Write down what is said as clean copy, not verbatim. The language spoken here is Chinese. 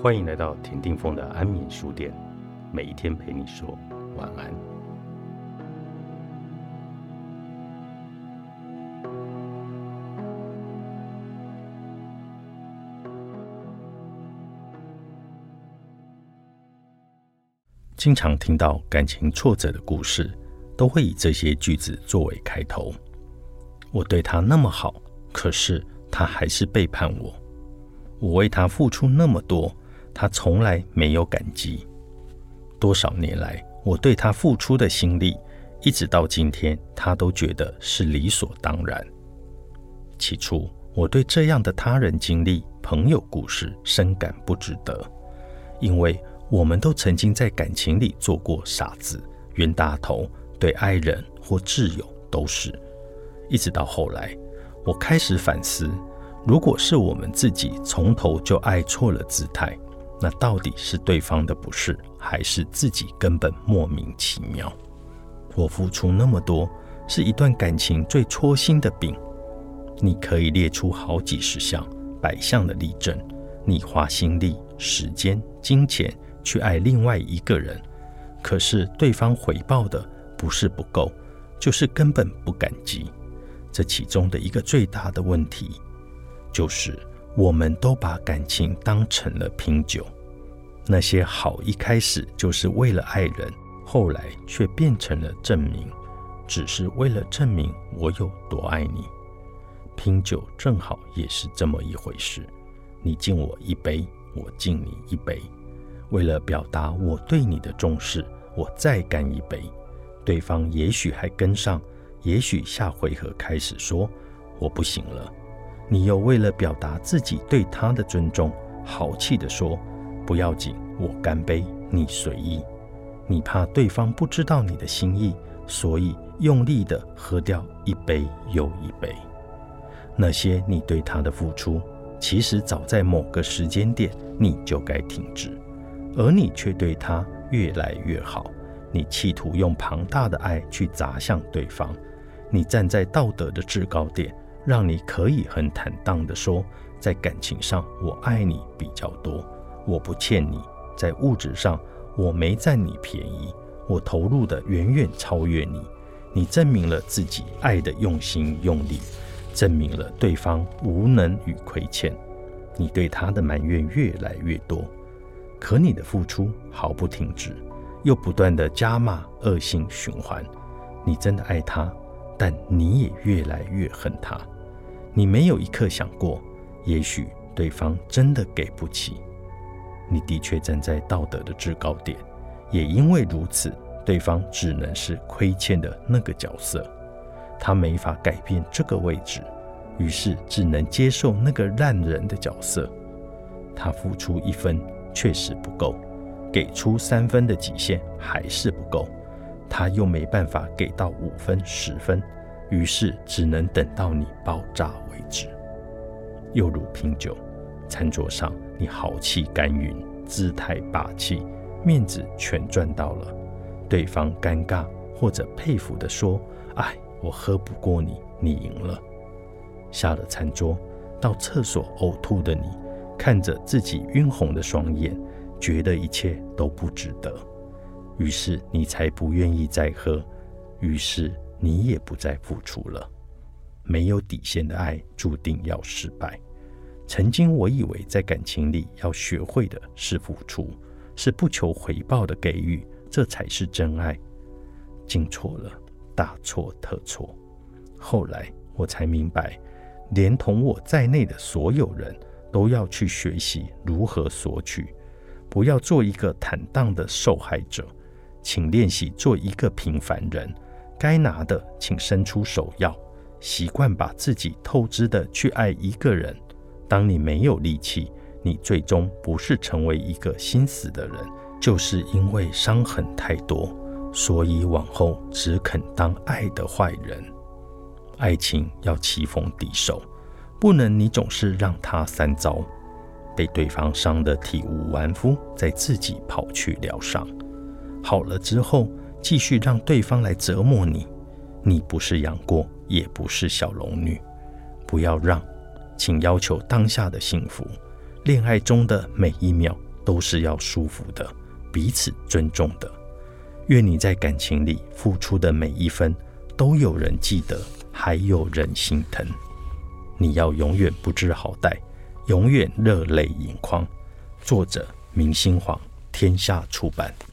欢迎来到田定峰的安眠书店，每一天陪你说晚安。经常听到感情挫折的故事，都会以这些句子作为开头。我对他那么好，可是他还是背叛我。我为他付出那么多，他从来没有感激。多少年来，我对他付出的心力，一直到今天，他都觉得是理所当然。起初，我对这样的他人经历、朋友故事深感不值得，因为我们都曾经在感情里做过傻子、冤大头，对爱人或挚友都是。一直到后来，我开始反思，如果是我们自己从头就爱错了姿态，那到底是对方的不是，还是自己根本莫名其妙？我付出那么多，是一段感情最戳心的病。你可以列出好几十项、100项的例证，你花心力、时间、金钱去爱另外一个人，可是对方回报的不是不够，就是根本不感激。这其中的一个最大的问题，就是我们都把感情当成了拼酒。那些好一开始就是为了爱人，后来却变成了证明，只是为了证明我有多爱你。拼酒正好也是这么一回事，你敬我一杯，我敬你一杯，为了表达我对你的重视，我再干一杯。对方也许还跟上，也许下回合开始说我不行了，你又为了表达自己对他的尊重，豪气地说不要紧，我干杯，你随意。你怕对方不知道你的心意，所以用力地喝掉一杯又一杯。那些你对他的付出，其实早在某个时间点你就该停止，而你却对他越来越好。你企图用庞大的爱去砸向对方，你站在道德的制高点，让你可以很坦荡地说，在感情上我爱你比较多，我不欠你；在物质上我没占你便宜，我投入的远远超越你。你证明了自己爱的用心用力，证明了对方无能与亏欠。你对他的埋怨越来越多，可你的付出毫不停止，又不断的加码，恶性循环。你真的爱他，但你也越来越恨他。你没有一刻想过，也许对方真的给不起。你的确站在道德的制高点，也因为如此，对方只能是亏欠的那个角色，他没法改变这个位置，于是只能接受那个烂人的角色。他付出1分确实不够，给出3分的极限还是不够，他又没办法给到5分、10分，于是只能等到你爆炸为止。又如拼酒，餐桌上你豪气干云，姿态霸气，面子全赚到了，对方尴尬或者佩服地说，哎，我喝不过你，你赢了。下了餐桌，到厕所呕吐的你，看着自己晕红的双眼，觉得一切都不值得，于是你才不愿意再喝，于是你也不再付出了。没有底线的爱注定要失败。曾经我以为在感情里要学会的是付出，是不求回报的给予，这才是真爱。进错了，大错特错。后来我才明白，连同我在内的所有人都要去学习如何索取，不要做一个坦荡的受害者，请练习做一个平凡人，该拿的请伸出手要，习惯把自己透支的去爱一个人。当你没有力气，你最终不是成为一个心死的人，就是因为伤痕太多，所以往后只肯当爱的坏人。爱情要棋逢敌手，不能你总是让他3遭，被对方伤得体无完肤，再自己跑去疗伤。好了之后，继续让对方来折磨你。你不是杨过，也不是小龙女，不要让，请要求当下的幸福。恋爱中的每一秒都是要舒服的，彼此尊重的。愿你在感情里付出的每一分都有人记得，还有人心疼。你要永远不知好歹，永远热泪盈眶。作者：明星黄，天下出版。